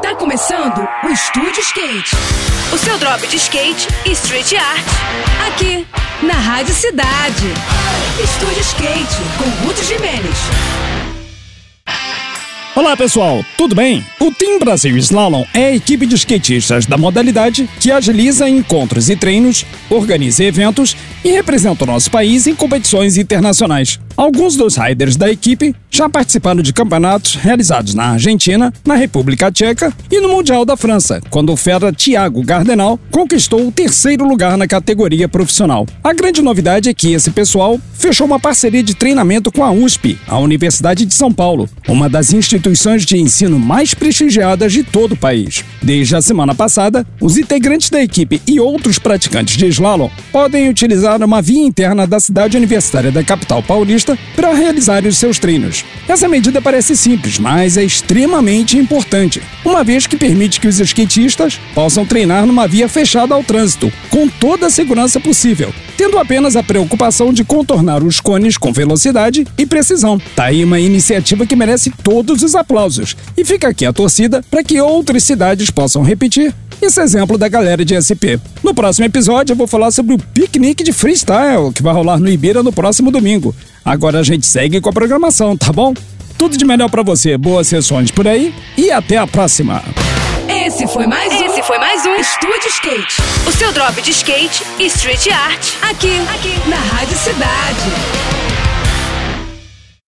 Tá começando o Estúdio Skate. O seu drop de skate e street art. Aqui, na Rádio Cidade. Estúdio Skate, com Ruth Jimenez. Olá pessoal, tudo bem? O Team Brasil Slalom é a equipe de skatistas da modalidade que agiliza encontros e treinos, organiza eventos e representa o nosso país em competições internacionais. Alguns dos riders da equipe já participaram de campeonatos realizados na Argentina, na República Tcheca e no Mundial da França, quando o fera Thiago Gardenal conquistou o 3º lugar na categoria profissional. A grande novidade é que esse pessoal fechou uma parceria de treinamento com a USP, a Universidade de São Paulo, uma das instituições de ensino mais prestigiadas de todo o país. Desde a semana passada, os integrantes da equipe e outros praticantes de slalom podem utilizar uma via interna da cidade universitária da capital paulista para realizarem os seus treinos. Essa medida parece simples, mas é extremamente importante, uma vez que permite que os skatistas possam treinar numa via fechada ao trânsito, com toda a segurança possível, tendo apenas a preocupação de contornar os cones com velocidade e precisão. Tá aí uma iniciativa que merece todos os aplausos, e fica aqui a torcida para que outras cidades possam repetir esse exemplo da galera de SP. No próximo episódio eu vou falar sobre o piquenique de freestyle que vai rolar no Ibira no próximo domingo. Agora a gente segue com a programação, tá bom? Tudo de melhor pra você, boas sessões por aí e até a próxima! Esse foi mais um Estúdio Skate. O seu drop de skate e street art. Aqui na Rádio Cidade.